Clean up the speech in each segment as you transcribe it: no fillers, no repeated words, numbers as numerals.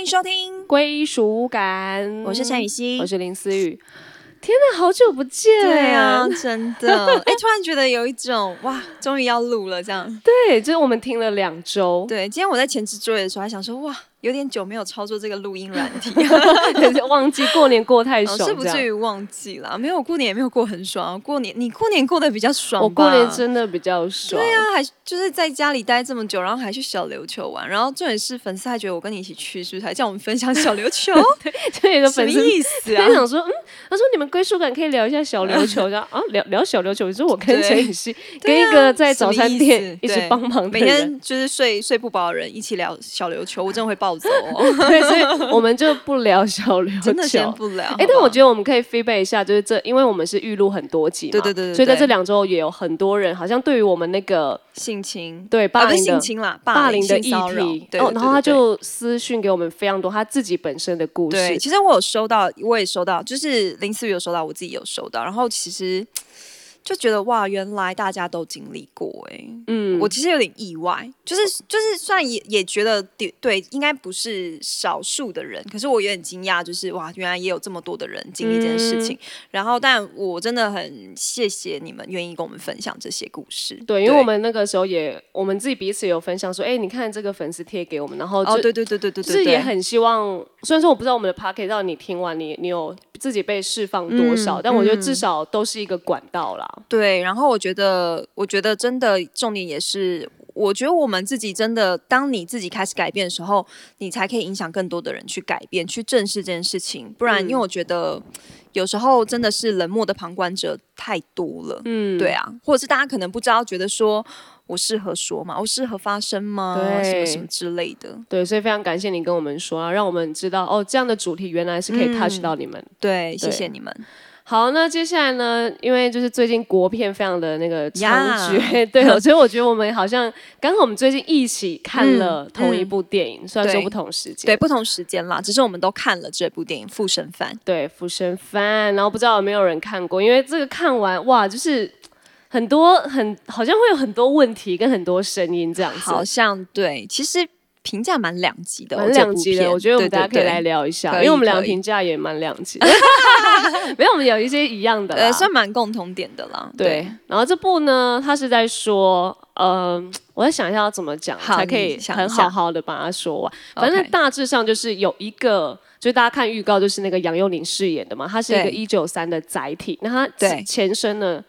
迎收听归属感， 我是陈雨希， 我是林思雨。天哪，好久不见！ 对啊，真的，突然觉得有一种哇，终于要录了这样。 对，就是我们听了2周。 对，今天我在前置作业的时候还想说，哇，有点久没有操作这个录音软体， 忘记过年过太爽， 是不至于忘记啦。没有过年也没有过很爽，你过年过得比较爽吧？ 我过年真的比较爽。 对啊，还就是在家里待这么久，然后还去小琉球玩，然后重点是粉丝还觉得我跟你一起去，是不是还叫我们分享小琉球？ 对，就有一个粉丝什么意思啊？ 他想说，他说你们归属感可以聊一下小琉球，然后聊小琉球，你说我跟陈雨希跟一个在早餐店一直帮忙的人， 每天就是睡不饱的人一起聊小琉球，我真的会暴走哦。 对，所以我们就不聊小琉球， 真的先不聊。 但我觉得我们可以 feedback 一下，就是因为我们是预录很多集嘛， 对， 所以在这2周也有很多人好像对于我们那个性侵， 对霸凌的性侵啦， 霸凌的议题， 然后他就私讯给我们非常多他自己本身的故事。 对，其实我也收到，就是林思雨有收到，我自己有收到，然后其实就觉得哇，原来大家都经历过我其实有点意外，就是虽然也觉得对，应该不是少数的人，可是我有点惊讶，就是哇，原来也有这么多的人经历这件事情。然后，但我真的很谢谢你们愿意跟我们分享这些故事。 对，因为我们那个时候我们自己彼此有分享说，你看这个粉丝贴给我们，然后对， 就是也很希望，虽然说我不知道我们的 podcast 到你听完你有自己被释放多少，但我觉得至少都是一个管道啦。 对，然后我觉得真的重点也是，我觉得我们自己真的，当你自己开始改变的时候，你才可以影响更多的人去改变，去正视这件事情。不然，因为我觉得有时候真的是冷漠的旁观者太多了。对啊，或者是大家可能不知道，觉得说我适合说吗？我适合发声吗？什么什么之类的。 对，所以非常感谢你跟我们说，让我们知道这样的主题原来是可以 touch 到你们。 对，谢谢你们。 好，那接下来呢？因为就是最近国片非常的那个猖獗，对，所以我觉得我们好像刚好我们最近一起看了同一部电影，虽然说不同时间， 对，不同时间啦，只是我们都看了这部电影《附身犯》。 对，《附身犯》，然后不知道有没有人看过？因为这个看完哇，就是好像会有很多问题跟很多声音这样子， 好像对，其实。评价蛮两极的， 蛮两极的。我觉得我们大家可以来聊一下，因为我们俩评价也蛮两极的。没有，我们有一些一样的啦， 算蛮共同点的啦。 对，然后这部呢，他是在说，我在想一下要怎么讲才可以很好好的把它说完。反正大致上就是有一个，就是大家看预告就是那个杨佑宁饰演的嘛，他是一个193的载体，那他前身呢？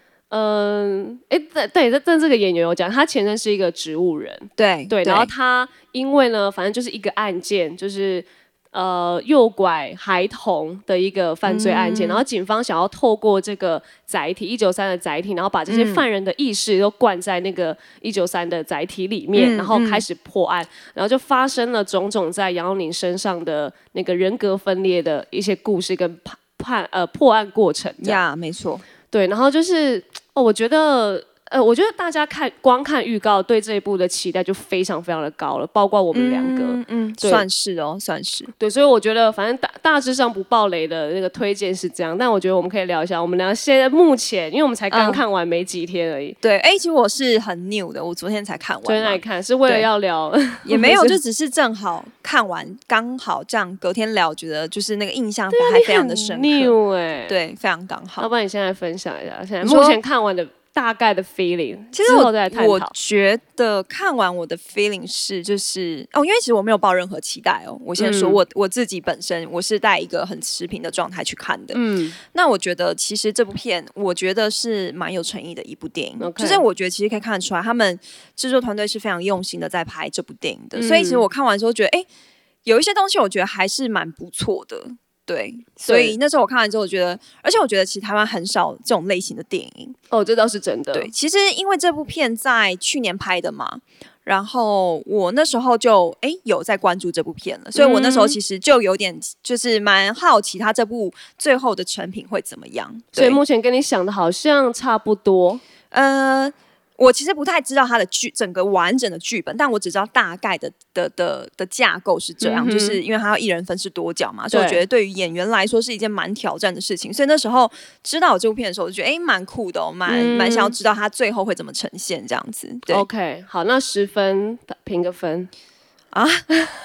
但这个演员有讲，他前身是一个植物人， 对， 然后他因为呢，反正就是一个案件，就是诱拐孩童的一个犯罪案件，然后警方想要透过这个载体193的载体，然后把这些犯人的意识都灌在那个193的载体里面，然后开始破案，然后就发生了种种在杨佑宁身上的那个人格分裂的一些故事跟破案过程。 呀，没错。 对，然后就是我觉得大家光看预告，对这一部的期待就非常非常的高了，包括我们2个， 算是哦，算是。 对，所以我觉得反正大致上不爆雷的那个推荐是这样，但我觉得我们可以聊一下，我们俩现在目前，因为我们才刚看完没几天而已。 对，其实我是很 new 的，我昨天才看完。昨天来看是为了要聊， 也没有，就只是正好看完，刚好这样隔天聊，觉得就是那个印象还非常的深刻。 new 对，非常刚好。 要不然你现在分享一下，现在目前看完的大概的 feeling， 其实我觉得看完我的 feeling 是就是因为其实我没有抱任何期待我先说我自己本身我是带一个很持平的状态去看的。那我觉得其实这部片我觉得是蛮有诚意的一部电影，就是我觉得其实可以看得出来，他们制作团队是非常用心的在拍这部电影的，所以其实我看完之后觉得有一些东西我觉得还是蛮不错的。对，所以那时候我看完之后，我觉得，而且我觉得其实台湾很少这种类型的电影。 这倒是真的。 对，其实因为这部片在去年拍的嘛，然后我那时候就有在关注这部片了，所以我那时候其实就有点就是蛮好奇它这部最后的成品会怎么样。 所以目前跟你想的好像差不多。 我其实不太知道它的整个完整的剧本，但我只知道大概的架构是这样，就是因为它要一人分饰多角嘛，所以我觉得对于演员来说是一件蛮挑战的事情。所以那时候知道这部片的时候，我就觉得蛮酷的蛮想要知道它最后会怎么呈现这样子。对 ，OK， 好，那10分评个分啊。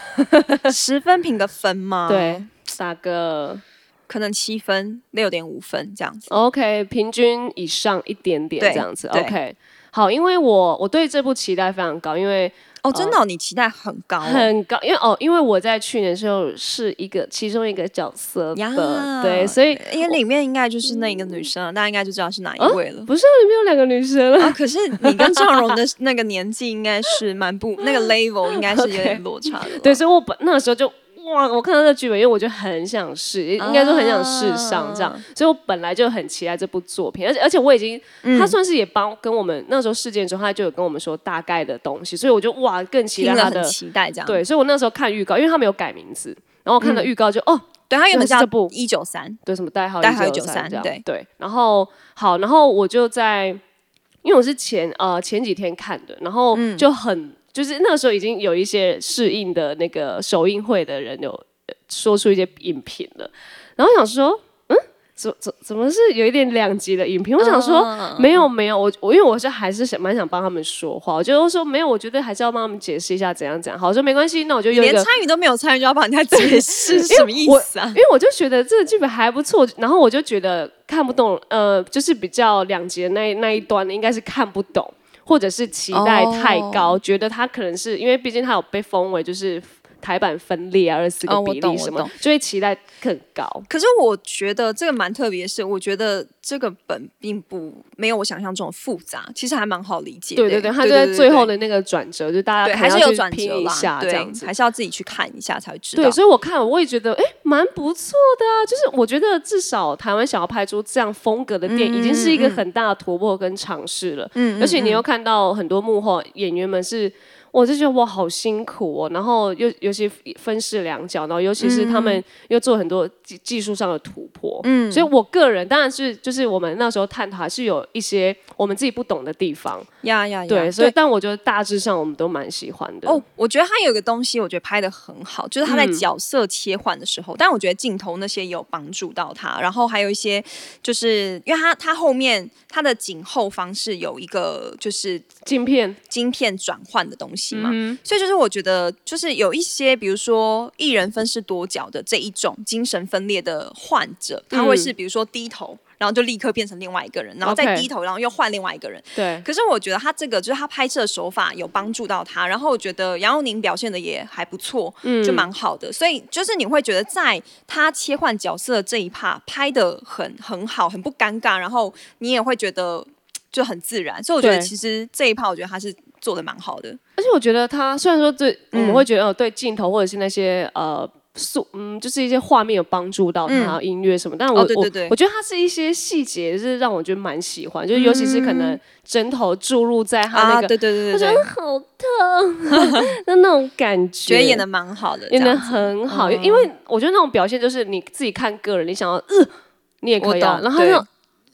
10分评个分吗？ 对，打个可能7分、6.5分这样子。 OK， 平均以上一点点这样子。OK， 好，因为我对这部期待非常高，因为真的你期待很高很高，因为我在去年的时候是其中一个角色的，对，所以因为里面应该就是那一个女生，大家应该就知道是哪一位了。 不是，里面有2个女生了。 可是你跟张荣的那个年纪应该是蛮不那个 level 应该是有点落差的。 对，所以我那个时候就。哇！我看到这剧本，因为我就很想试，应该说很想试上这样，所以我本来就很期待这部作品，而且我已经，他算是也跟我们那时候事件之后，他就有跟我们说大概的东西，所以我就哇更期待他的， 很期待这样。 对，所以我那时候看预告，因为他没有改名字，然后我看到预告就对，他原本叫这部 193， 对，什么代号193这样， 对， 然后好，然后我就在，因为我是前几天看的，然后就就是那个时候已经有一些适应的那个首映会的人有说出一些影评了，然后想说，怎么是有一点2极的影评？我想说，没有，我因为我还是蛮想帮他们说话，我就说没有，我觉得还是要帮他们解释一下怎样。好，我说没关系，那我就用一个连参与都没有参与就要帮人家解释，什么意思啊？ 因为我就觉得这个剧本还不错，然后我就觉得看不懂，就是比较2极的那一端应该是看不懂。或者是期待太高，觉得他可能是因为毕竟他有被封为就是台版分裂啊，24个比例什么，就会期待更高。 可是我觉得这个蛮特别的是，我觉得这个本并没有我想象中的复杂，其实还蛮好理解的。 对，他就在最后的那个转折，就大家还是有转折一下这样子， 还是要自己去看一下才会知道。 对，所以我也觉得蛮不错的啊，就是我觉得至少台湾想要拍出这样风格的电影，已经是一个很大的突破跟尝试了。而且你又看到很多幕后演员们是。我就觉得哇，好辛苦哦，然后尤其分饰2角，然后尤其是他们又做很多技术上的突破，所以我个人当然是就是我们那时候探讨还是有一些我们自己不懂的地方，对，所以但我觉得大致上我们都蛮喜欢的。 我觉得他有一个东西，我觉得拍得很好，就是他在角色切换的时候，但我觉得镜头那些也有帮助到他，然后还有一些就是因为他后面他的颈后方是有一个就是晶片转换的东西。所以就是我觉得就是有一些比如说一人分饰多角的这一种精神分裂的患者，他会是比如说低头然后就立刻变成另外一个人，然后再低头然后又换另外一个人。 对。 可是我觉得他这个就是他拍摄手法有帮助到他，然后我觉得杨佑宁表现的也还不错，就蛮好的。所以就是你会觉得在他切换角色这一趴拍得很好，很不尴尬，然后你也会觉得就很自然。所以我觉得其实这一趴我觉得他是做的蛮好的。 而且我觉得他虽然说我们会觉得对镜头或者是那些就是一些画面有帮助到他，音乐什么，但我觉得他是一些细节是让我觉得蛮喜欢，就是尤其是可能针头注入在他那个， 对， 我觉得好疼那种感觉， 觉得演的蛮好的， 演的很好，因为我觉得那种表现就是你自己看个人，你想要你也可以啊，然后那种。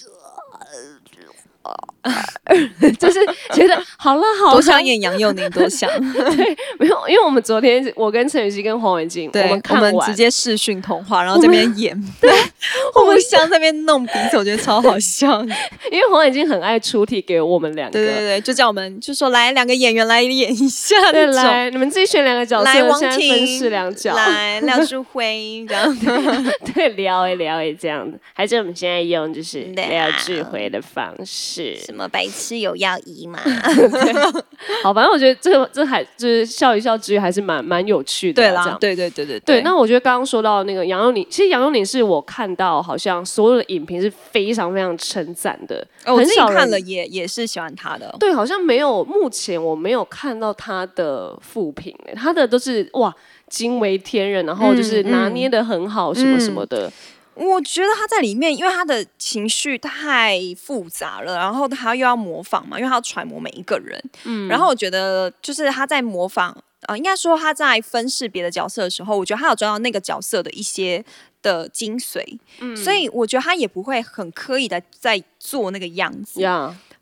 就是觉得好了， 多想演杨佑宁，多想。 对，没有，因为我们昨天我跟陈雨希跟黄伟晋，我们直接视讯通话，然后这边演，对，互相这边弄彼此，我觉得超好笑。 因为黄伟晋很爱出题给我们2个， 对，就叫我们就说来2个演员来演一下， 对，来你们自己选2个角色， 来王婷分饰2角， 来廖淑辉这样子， 对，聊一这样子，还是我们现在用就是廖智慧的方式。 什么白痴有药医嘛？ 好，反正我觉得这还就是笑一笑之余还是蛮有趣的。 对啦，对。 那我觉得刚刚说到那个杨佑宁，其实杨佑宁是我看到好像所有的影评是非常非常称赞的。 我自己看了也是喜欢他的。 对，好像目前我没有看到他的负评，他的都是哇惊为天人，然后就是拿捏的很好，什么什么的。 我觉得他在里面，因为他的情绪太复杂了，然后他又要模仿嘛，因为他要揣摩每一个人。然后我觉得就是他在模仿，应该说他在分饰别的角色的时候，我觉得他有抓到那个角色的一些的精髓，所以我觉得他也不会很刻意的在做那个样子。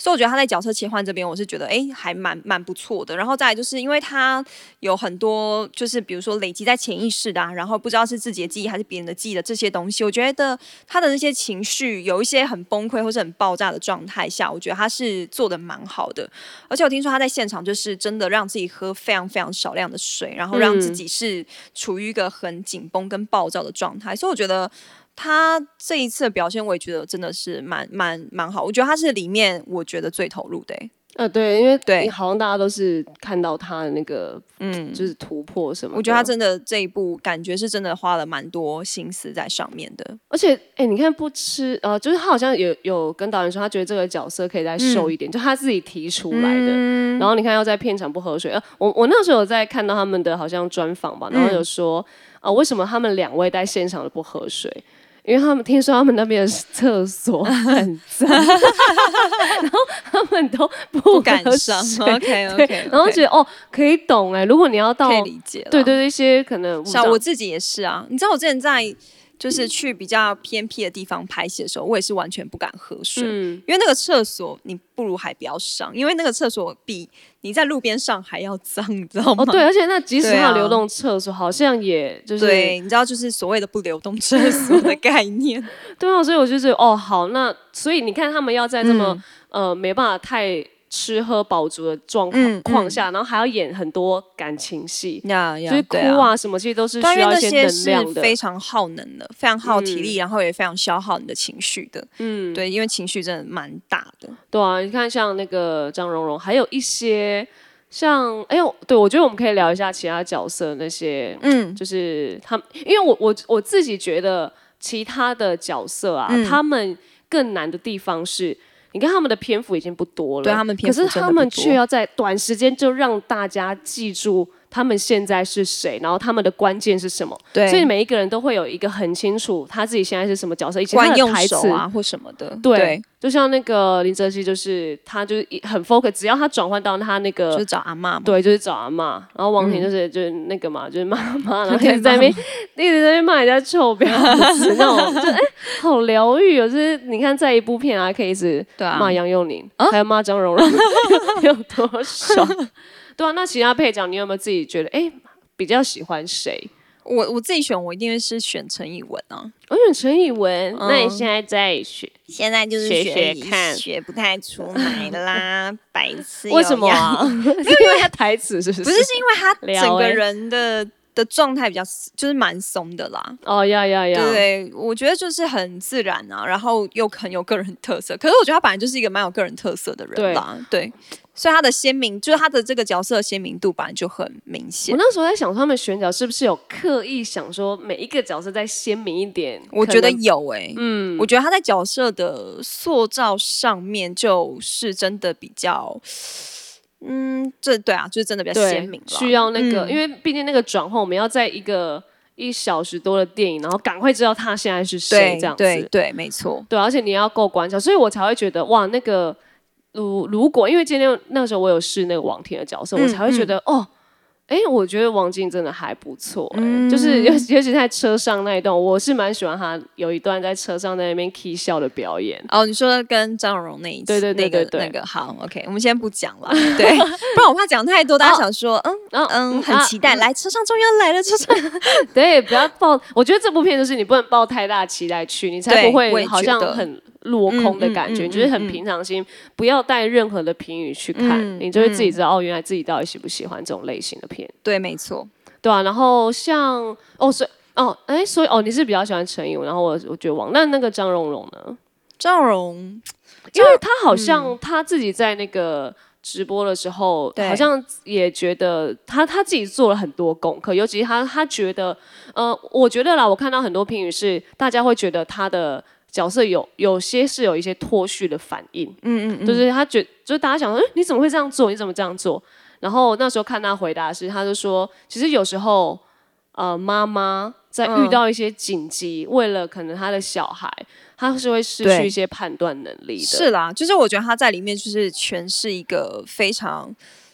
所以我觉得他在角色切换这边，我是觉得还蛮不错的。然后再来就是因为他有很多就是比如说累积在潜意识的然后不知道是自己的记忆还是别人的记忆的这些东西，我觉得他的那些情绪有一些很崩溃或是很爆炸的状态下，我觉得他是做的蛮好的。而且我听说他在现场就是真的让自己喝非常非常少量的水，然后让自己是处于一个很紧绷跟暴躁的状态，所以我觉得他这一次的表现，我也觉得真的是蛮好。我觉得他是里面我觉得最投入的。 对，因为好像大家都是看到他的那个，就是突破什么的。 我觉得他真的这一部感觉是真的花了蛮多心思在上面的。 而且，你看不吃，就是他好像有跟导演说，他觉得这个角色可以再瘦一点，就他自己提出来的。然后你看要在片场不喝水，我那时候有在看到他们的好像专访吧，然后有说，为什么他们2位在现场都不喝水？因为他们听说他们那边的厕所很脏，然后他们都不敢上。 OK， 然后觉得可以懂如果你要到可以理解了， 对，一些可能像我自己也是啊。你知道我之前在就是去比较偏僻的地方拍戏的时候，我也是完全不敢喝水，因为那个厕所你不如还不要上，因为那个厕所比你在路边上还要脏，你知道吗？ 对，而且那即使它有流动厕所，好像也就是对，你知道就是所谓的不流动厕所的概念。 对啊，所以我就觉得好，那所以你看他们要在这么没办法太吃喝饱足的状况下，然后还要演很多感情戏，就是哭什么，其实都是需要一些能量的， 是非常耗能的，非常耗体力，然后也非常消耗你的情绪的。对，因为情绪真的蛮大的。 对啊，你看像那个张荣荣，还有一些像对，我觉得我们可以聊一下其他角色那些，就是他们，因为我自己觉得其他的角色啊，他们更难的地方是。你看他们的篇幅已经不多了， 对，他们篇幅真的不多， 可是他们却要在短时间就让大家记住他们现在是谁，然后他们的关键是什么。 对， 所以每一个人都会有一个很清楚他自己现在是什么角色，以及他的台词或什么的。 对，就像那个林哲熹，就是他就是很 focus， 只要他转换到他那个就是找阿嬷嘛， 对，就是找阿嬷。然后王婷就是那个嘛，就是妈妈，然后一直在那边骂人家臭婊子那种，就好疗愈哦。就是你看在一部片啊，可以一直骂杨佑宁，还有骂张荣荣，有多爽？对啊，那其他配角你有没有自己觉得比较喜欢谁？ 我自己选，我一定是选陈以文啊。 我选陈以文，那你现在在学？ 现在就是学看， 学不太出来啦，白痴。 为什么啊？是因为他台词是不是？ 不是，是因为他整个人的状态比较就是蛮松的啦。对，我觉得就是很自然啊，然后又很有个人特色。可是我觉得他本来就是一个蛮有个人特色的人啦，对。所以他的鲜明，就是他的这个角色的鲜明度本来就很明显。 我那时候在想，他们选角是不是有刻意想说每一个角色再鲜明一点？ 我觉得有我觉得他在角色的塑造上面就是真的比较，对啊，就是真的比较鲜明了。 需要那个，因为毕竟那个转换，我们要在一个1小时多的电影，然后赶快知道他现在是谁，这样子。 对，没错。 对，而且你要够关照，所以我才会觉得哇，那个。如果因为今天那个时候我有试那个王婷的角色，我才会觉得我觉得王静真的还不错就是尤其在车上那一段，我是蛮喜欢他有一段在车上在那边 key 笑的表演。 你说跟张荣荣那一次， 对， 那个好 ，OK， 我们先不讲了，对，不然我怕讲太多，大家想说，很期待，来车上终于要来了，车上， 对，不要抱，我觉得这部片就是你不能抱太大期待去，你才不会好像很。落空的感觉，就是很平常心，不要带任何的评语去看，你就会自己知道原来自己到底喜不喜欢这种类型的片。 对，没错， 对啊。然后像所以你是比较喜欢陈以文，然后我觉得那个张荣荣呢？ 张荣， 因为他好像他自己在那个直播的时候，好像也觉得他自己做了很多功课，尤其他觉得，我觉得啦，我看到很多评语是大家会觉得他的。角色有些是有一些脱序的反应，就是他就是大家想说，你怎么会这样做？你怎么这样做？然后那时候看他回答是，他就说，其实有时候，妈妈在遇到一些紧急，为了可能他的小孩，他是会失去一些判断能力的。 是啦，就是我觉得他在里面就是诠释一个非常。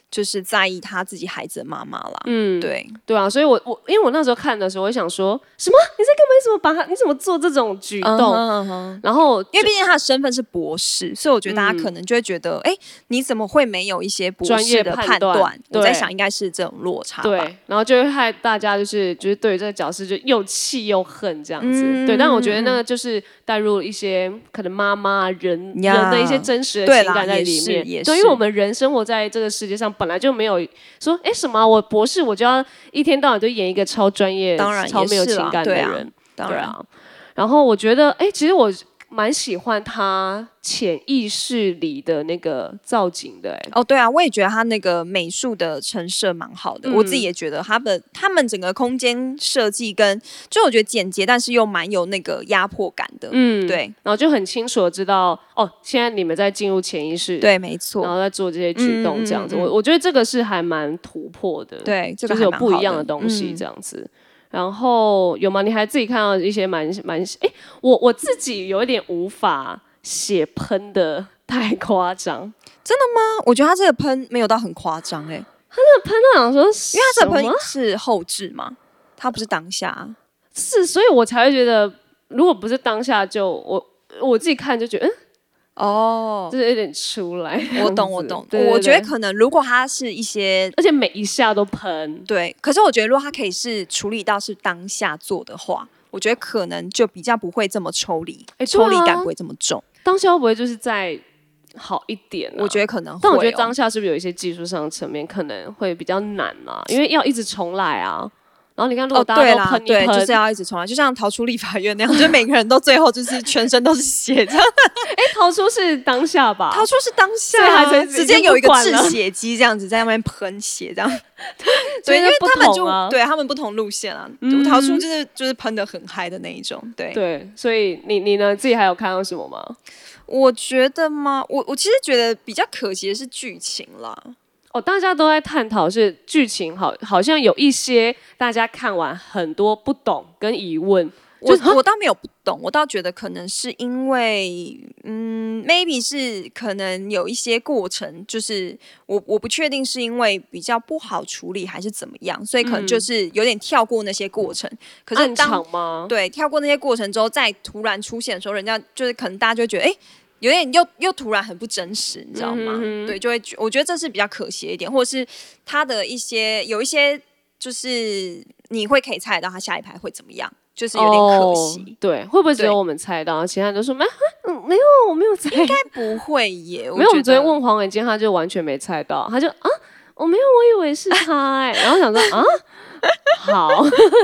就是在意他自己孩子的妈妈啦。对啊，所以我因为我那时候看的时候，我想说什么你在干嘛？你怎么做这种举动？然后因为毕竟他的身份是博士，所以我觉得大家可能就会觉得，你怎么会没有一些博士的判断？我在想应该是这种落差吧。 对，然后就会害大家就是对这个角色就又气又恨这样子。对，但我觉得那个就是带入一些可能妈妈人的一些真实的情感在里面。对，因为我们人生活在这个世界上，本来就没有说什么我博士我就要一天到晚都演一个超专业、超没有情感的人。 当然， 然后我觉得，其实我蛮喜欢他潜意识里的那个造景的。 对啊，我也觉得他那个美术的陈设蛮好的。我自己也觉得他们整个空间设计就我觉得简洁，但是又蛮有那个压迫感的。对， 然后就很清楚的知道，现在你们在进入潜意识， 对，没错， 然后在做这些举动这样子。我觉得这个是还蛮突破的， 对，这个就是有不一样的东西这样子。然后有吗？你还自己看到一些蛮我自己有一点无法血喷的太夸张。 真的吗？我觉得他这个喷没有到很夸张。他那个喷到想说，因为他这个喷是后置嘛，他不是当下。 是，所以我才会觉得，如果不是当下就我自己看就觉得就是有点出来。 我懂。我觉得可能如果他是一些， 而且每一下都喷， 对。可是我觉得如果他可以是处理到是当下做的话，我觉得可能就比较不会这么抽离，抽离感不会这么重。 当下会不会就是再好一点？ 我觉得可能会。 但我觉得当下是不是有一些技术上的层面可能会比较难啊？因为要一直重来啊。然后你看，如果大家都喷一喷， 对，就是要一直重来，就像逃出立法院那样，就是每个人都最后就是全身都是血这样。 逃出是当下吧？ 逃出是当下，直接有一个制血机这样子在那边喷血这样。对，因为他们他们不同路线啊。逃出就是喷得很嗨的那一种。 对，所以你呢自己还有看到什么吗？ 我觉得吗？我其实觉得比较可惜的是剧情啦。 大家都在探讨是剧情好像有一些大家看完很多不懂跟疑问。 我倒没有不懂，我倒觉得可能是因为maybe 是可能有一些过程，就是我不确定是因为比较不好处理还是怎么样，所以可能就是有点跳过那些过程。可是暗场吗？ 对，跳过那些过程之后，再突然出现的时候，人家就是可能大家就会觉得有点又突然很不真实，你知道吗？对，就会我觉得这是比较可惜一点，或者是他的有一些就是你可以猜得到他下一排会怎么样，就是有点可惜。 对，会不会只有我们猜到，其他人都说没有，我没有猜。 应该不会耶。 没有，我们昨天问黄伟坚，他就完全没猜到，他就我没有，我以为是他然后想说好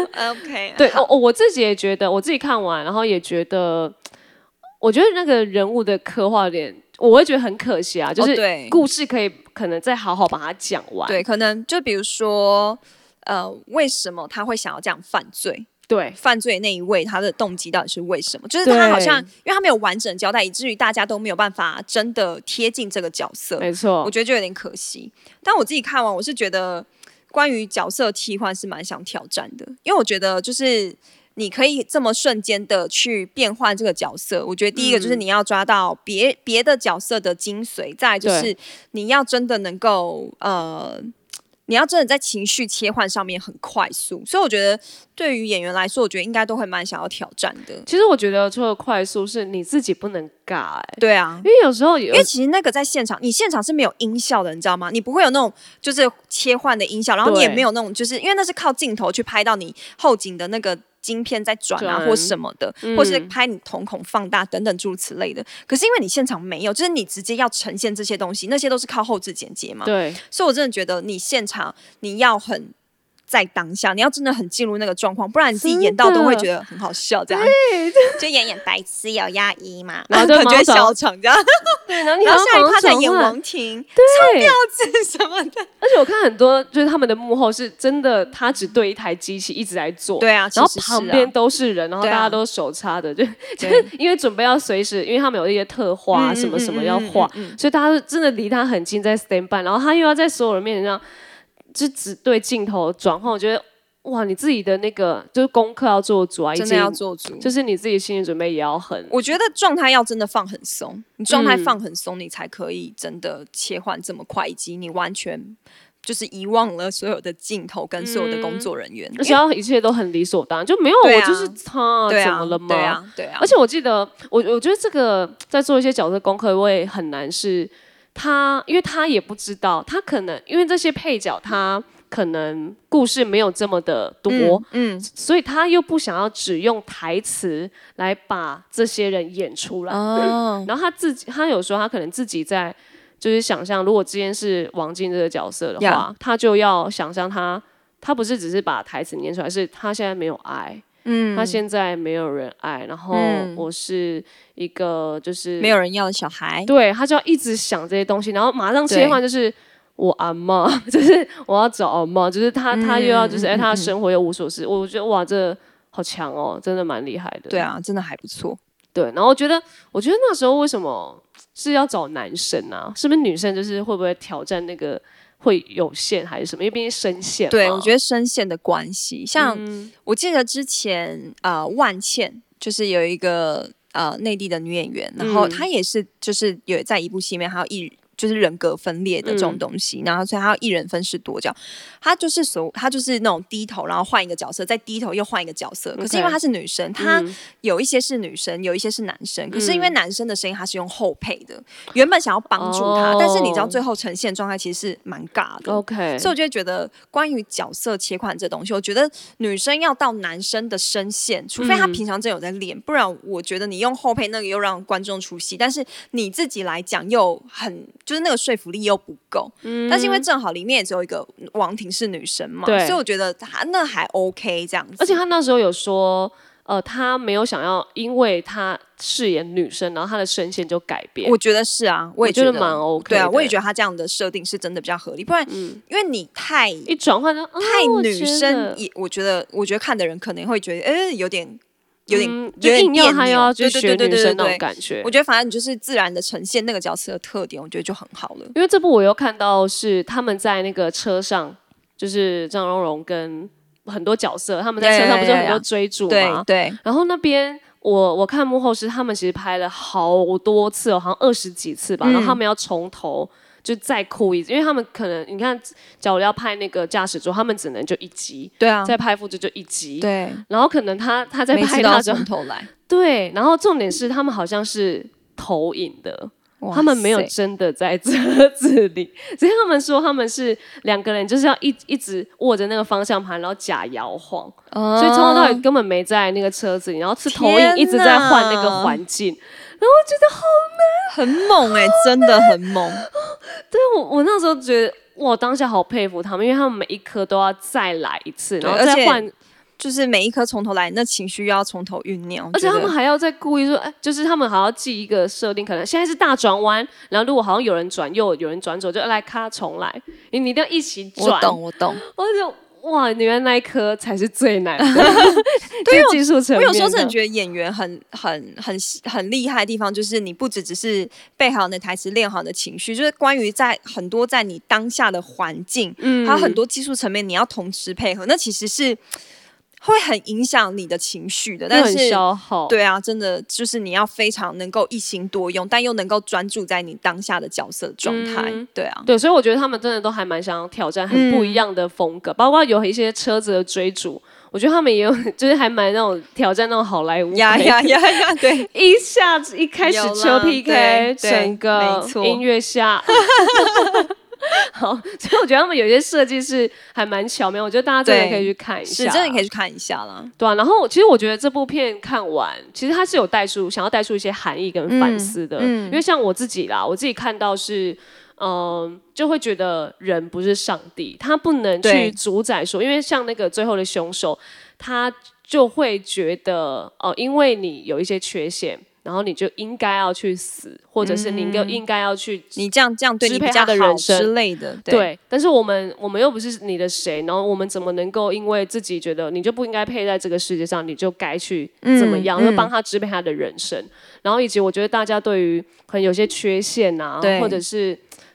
OK。 对，我自己也觉得，我自己看完，然后也觉得。我觉得那个人物的刻画点，我会觉得很可惜啊，就是故事可能再好好把它讲完。 对，可能就比如说，为什么他会想要这样犯罪？ 对， 犯罪那一位他的动机到底是为什么？就是他好像，因为他没有完整交代，以至于大家都没有办法真的贴近这个角色。 没错， 我觉得就有点可惜。但我自己看完，我是觉得关于角色替换是蛮想挑战的，因为我觉得就是你可以这么瞬间的去变换这个角色，我觉得第一个就是你要抓到别的角色的精髓，再来就是你要真的能够你要真的在情绪切换上面很快速，所以我觉得对于演员来说，我觉得应该都会蛮想要挑战的。 其实我觉得除了快速，是你自己不能尬。 对啊， 因为有时候因为其实那个在现场，你现场是没有音效的，你知道吗？你不会有那种就是切换的音效，然后你也没有那种就是因为那是靠镜头去拍到你后景的那个晶片在转啊或什么的，或是拍你瞳孔放大等等诸如此类的。可是因为你现场没有，就是你直接要呈现这些东西，那些都是靠后置剪接嘛。 对， 所以我真的觉得你现场你要很在当下，你要真的很进入那个状况，不然你自己演到都会觉得很好笑，这样就演白痴有压抑嘛，然后感觉小场这样， 对，然后下一趴再演王庭， 对， 唱调子什么的。 而且我看很多就是他们的幕后是真的，他只对一台机器一直在做， 对啊， 然后旁边都是人，然后大家都手插的，就是因为准备要随时，因为他们有一些特画什么什么要画，所以大家真的离他很近在 stand by， 然后他又要在所有人面前这样。就只对镜头转换，我觉得哇，你自己的那个就是功课要做足啊， 真的要做足， 就是你自己心理准备也要很。 我觉得状态要真的放很松，你状态放很松，你才可以真的切换这么快，以及你完全就是遗忘了所有的镜头跟所有的工作人员， 而且要一切都很理所当然，就没有我就是他怎么了吗？ 对啊。 而且我记得，我觉得这个在做一些角色功课，我也很难是他，因为他也不知道，他可能因为这些配角他。可能故事没有这么的多，所以他又不想要只用台词来把这些人演出来。然后他有时候他可能自己在就是想象，如果之前是王静这个角色的话，他就要想象他不是只是把台词念出来，是他现在没有爱。他现在没有人爱，然后我是一个就是没有人要的小孩， 对，他就要一直想这些东西，然后马上切换就是我阿嬷，就是我要找阿嬷，就是他又要就是他的生活又无所事，我觉得哇，这好强哦，真的蛮厉害的。 对啊，真的还不错。 对，然后我觉得那时候为什么是要找男生啊？是不是女生就是会不会挑战那个会有限还是什么？因为毕竟声线嘛。 对，我觉得声线的关系，像我记得之前万茜就是有一个内地的女演员，然后她也是就是有在一部戏里面还有就是人格分裂的这种东西，然后所以他要一人分饰多角，他就是那种低头，然后换一个角色，再低头又换一个角色。可是因为她是女生，她有一些是女生，有一些是男生。可是因为男生的声音他是用后配的，原本想要帮助他，但是你知道最后呈现状态其实是蛮尬的。 OK， 所以我就觉得关于角色切换这东西，我觉得女生要到男生的声线，除非他平常真有在练，不然我觉得你用后配那个又让观众出戏，但是你自己来讲又很。就是那个说服力又不够，但是因为正好里面也只有一个王婷是女生嘛，所以我觉得那还 OK 这样子。 而且她那时候有说，她没有想要，因为她饰演女生，然后她的声线就改变。 我觉得是啊，我也觉得蛮 OK。 对啊，我也觉得她这样的设定是真的比较合理，不然，因为你一转换太女生，我觉得看的人可能会觉得，有点就硬要他要去学女生那种感觉。 我觉得反正你就是自然的呈现那个角色的特点，我觉得就很好了。 因为这部我又看到是他们在那个车上，就是张荣荣跟很多角色，他们在车上不是有很多追逐吗？ 对。 然后那边我看幕后是他们其实拍了好多次好像20几次吧，然后他们要从头。就再哭一次，因为他们可能你看，假如要拍那个驾驶座，他们只能就一集， 对啊， 再拍副就一集， 对， 然后可能他在拍他从头来， 对，然后重点是他们好像是投影的，他们没有真的在车子里，所以他们说他们是2个人，就是要一直握着那个方向盘，然后假摇晃，所以从头到尾根本没在那个车子里，然后是投影一直在换那个环境。然后我觉得好难， 很猛真的很猛。 对我那时候觉得，哇，当下好佩服他们，因为他们每一颗都要再来一次，然后再换， 就是每一颗从头来，那情绪要从头酝酿。 而且他们还要再故意说，就是他们还要记一个设定，可能现在是大转弯，然后如果好像有人转右，有人转左，就来咔重来，你一定要一起转。 我懂。 我就。哇，原来那一颗才是最难的，对，技术层面。 我有时候真的觉得演员很厉害的地方，就是你不只是背好你的台词，练好你的情绪，就是关于很多在你当下的环境，还有很多技术层面，你要同时配合，那其实是。会很影响你的情绪的，但是很消耗。 对啊，真的就是你要非常能够一心多用，但又能够专注在你当下的角色状态。对啊， 对，所以我觉得他们真的都还蛮想要挑战很不一样的风格，包括有一些车子的追逐，我觉得他们也有，就是还蛮那种挑战那种好莱坞。 呀，对， 一下子一开始车 PK， 整个音乐下。好，所以我觉得他们有些设计是还蛮巧妙，我觉得大家真的可以去看一下， 是真的可以去看一下啦。 对啊，然后其实我觉得这部片看完，其实它是有想要带出一些含义跟反思的，因为像我自己看到是，就会觉得人不是上帝，他不能去主宰说，因为像那个最后的凶手，他就会觉得，因为你有一些缺陷。然后你就应该要去死，或者是你应该要去， 你这样对你比较好之类的。 对，但是我们又不是你的谁，然后我们怎么能够因为自己觉得你就不应该配在这个世界上，你就该去怎么样，就帮他支配他的人生。然后以及我觉得大家对于可能有些缺陷啊，或者是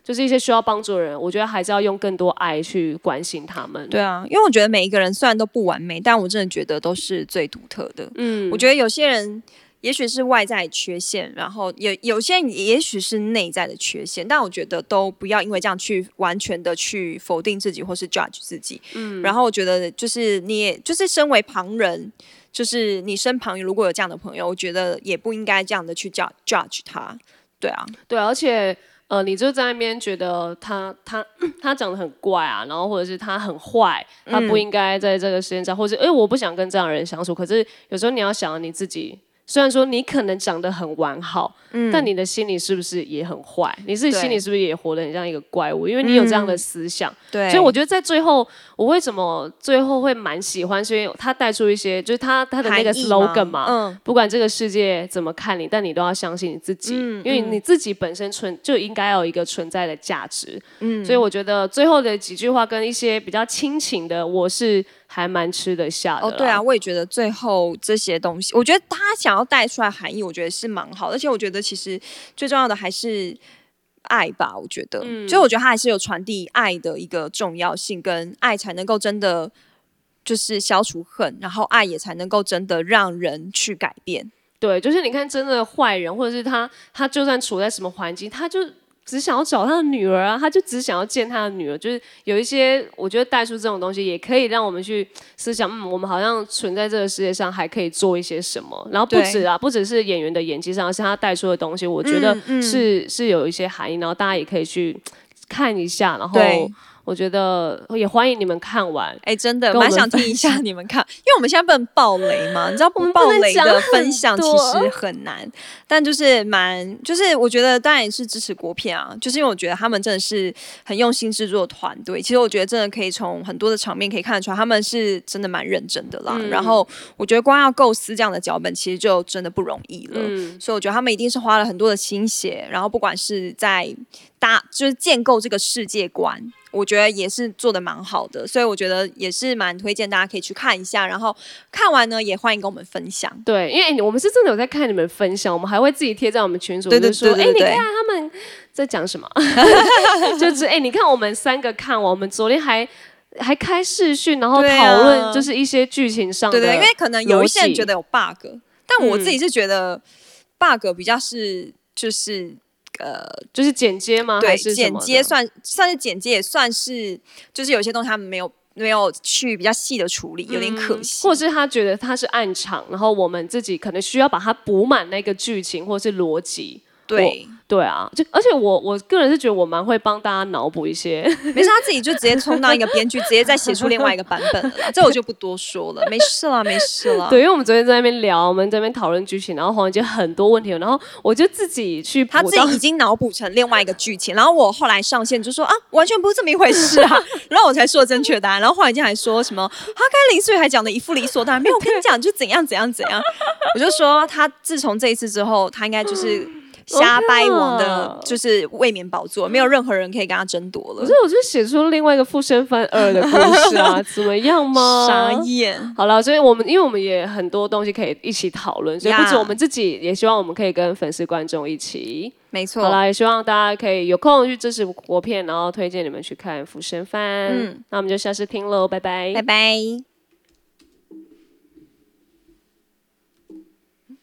就是一些需要帮助的人，我觉得还是要用更多爱去关心他们。 对啊，因为我觉得每一个人虽然都不完美，但我真的觉得都是最独特的。我觉得有些人也许是外在缺陷，然后有些人也许是内在的缺陷，但我觉得都不要因为这样去完全的去否定自己或是 judge 自己。然后我觉得就是你也就是身为旁人，就是你身旁如果有这样的朋友，我觉得也不应该这样的去 judge 他。对啊， 对，而且你就在那边觉得他长得很怪啊，然后或者是他很坏，他不应该在这个世界上，或者我不想跟这样的人相处。可是有时候你要想你自己。虽然说你可能长得很完好，但你的心里是不是也很坏？你自己心里是不是也活得很像一个怪物？因为你有这样的思想。 对， 所以我觉得在最后，我为什么最后会蛮喜欢，是因为他带出一些，就是他的那个 slogan 嘛，不管这个世界怎么看你，但你都要相信你自己，因为你自己本身就应该有一个存在的价值。所以我觉得最后的几句话跟一些比较亲情的，我是还蛮吃得下的。 对啊，我也觉得最后这些东西，我觉得他想要带出来含义，我觉得是蛮好的，而且我觉得其实最重要的还是爱吧。我觉得，所以我觉得他还是有传递爱的一个重要性，跟爱才能够真的就是消除恨，然后爱也才能够真的让人去改变。 对，就是你看，真的坏人，或者是他就算处在什么环境，他就只想要找他的女儿啊，他就只想要见他的女儿。就是有一些，我觉得带出这种东西，也可以让我们去思想，我们好像存在这个世界上还可以做一些什么。然后不只是演员的演技上，而是他带出的东西，我觉得是有一些含义。然后大家也可以去看一下，然后。我觉得也欢迎你们看完。 真的蛮想听一下你们看，因为我们现在不能爆雷嘛，你知道不爆雷的分享其实很难，但就是就是我觉得当然也是支持国片啊，就是因为我觉得他们真的是很用心制作团队，其实我觉得真的可以从很多的场面可以看得出来，他们是真的蛮认真的啦。然后我觉得光要构思这样的脚本，其实就真的不容易了。所以我觉得他们一定是花了很多的心血，然后不管是在就是建构这个世界观。我觉得也是做的蛮好的，所以我觉得也是蛮推荐大家可以去看一下，然后看完呢也欢迎跟我们分享。 对，因为我们是真的有在看你们分享，我们还会自己贴在我们群组， 对说你看他们在讲什么，就是你看我们3个看完，我们昨天还开视讯，然后讨论就是一些剧情上的， 对，因为可能有一些人觉得有 bug， 但我自己是觉得 bug 比较是就是剪接吗？ 对， 还是剪接算是剪接，也算是就是有些东西他们没有去比较细的处理，有点可惜。 或者是他觉得他是暗场，然后我们自己可能需要把它补满那个剧情或是逻辑。对啊，而且我个人是觉得我蛮会帮大家脑补一些， 没事，他自己就直接充当一个编剧，直接再写出另外一个版本了啦，这我就不多说了，没事啦。 对，因为我们昨天在那边聊，我们在那边讨论剧情，然后黄姐很多问题，然后我就自己去补， 他自己已经脑补成另外一个剧情，然后我后来上线就说完全不是这么一回事啊，然后我才说正确答案，然后黄姐还说什么他跟林思雨还讲的一副理所当然，没有，我跟你讲就怎样，我就说他自从这一次之后，他应该就是瞎掰王的就是卫冕宝座，没有任何人可以跟他争夺了。 可是我就写出另外一个《附身犯2》的故事啊，怎么样吗？ 傻眼。 好了，所以因为我们也很多东西可以一起讨论，所以不止我们自己，也希望我们可以跟粉丝观众一起。 没错。 好啦，也希望大家可以有空去支持国片，然后推荐你们去看《附身犯》。那我们就下次听喽，拜拜， 拜拜。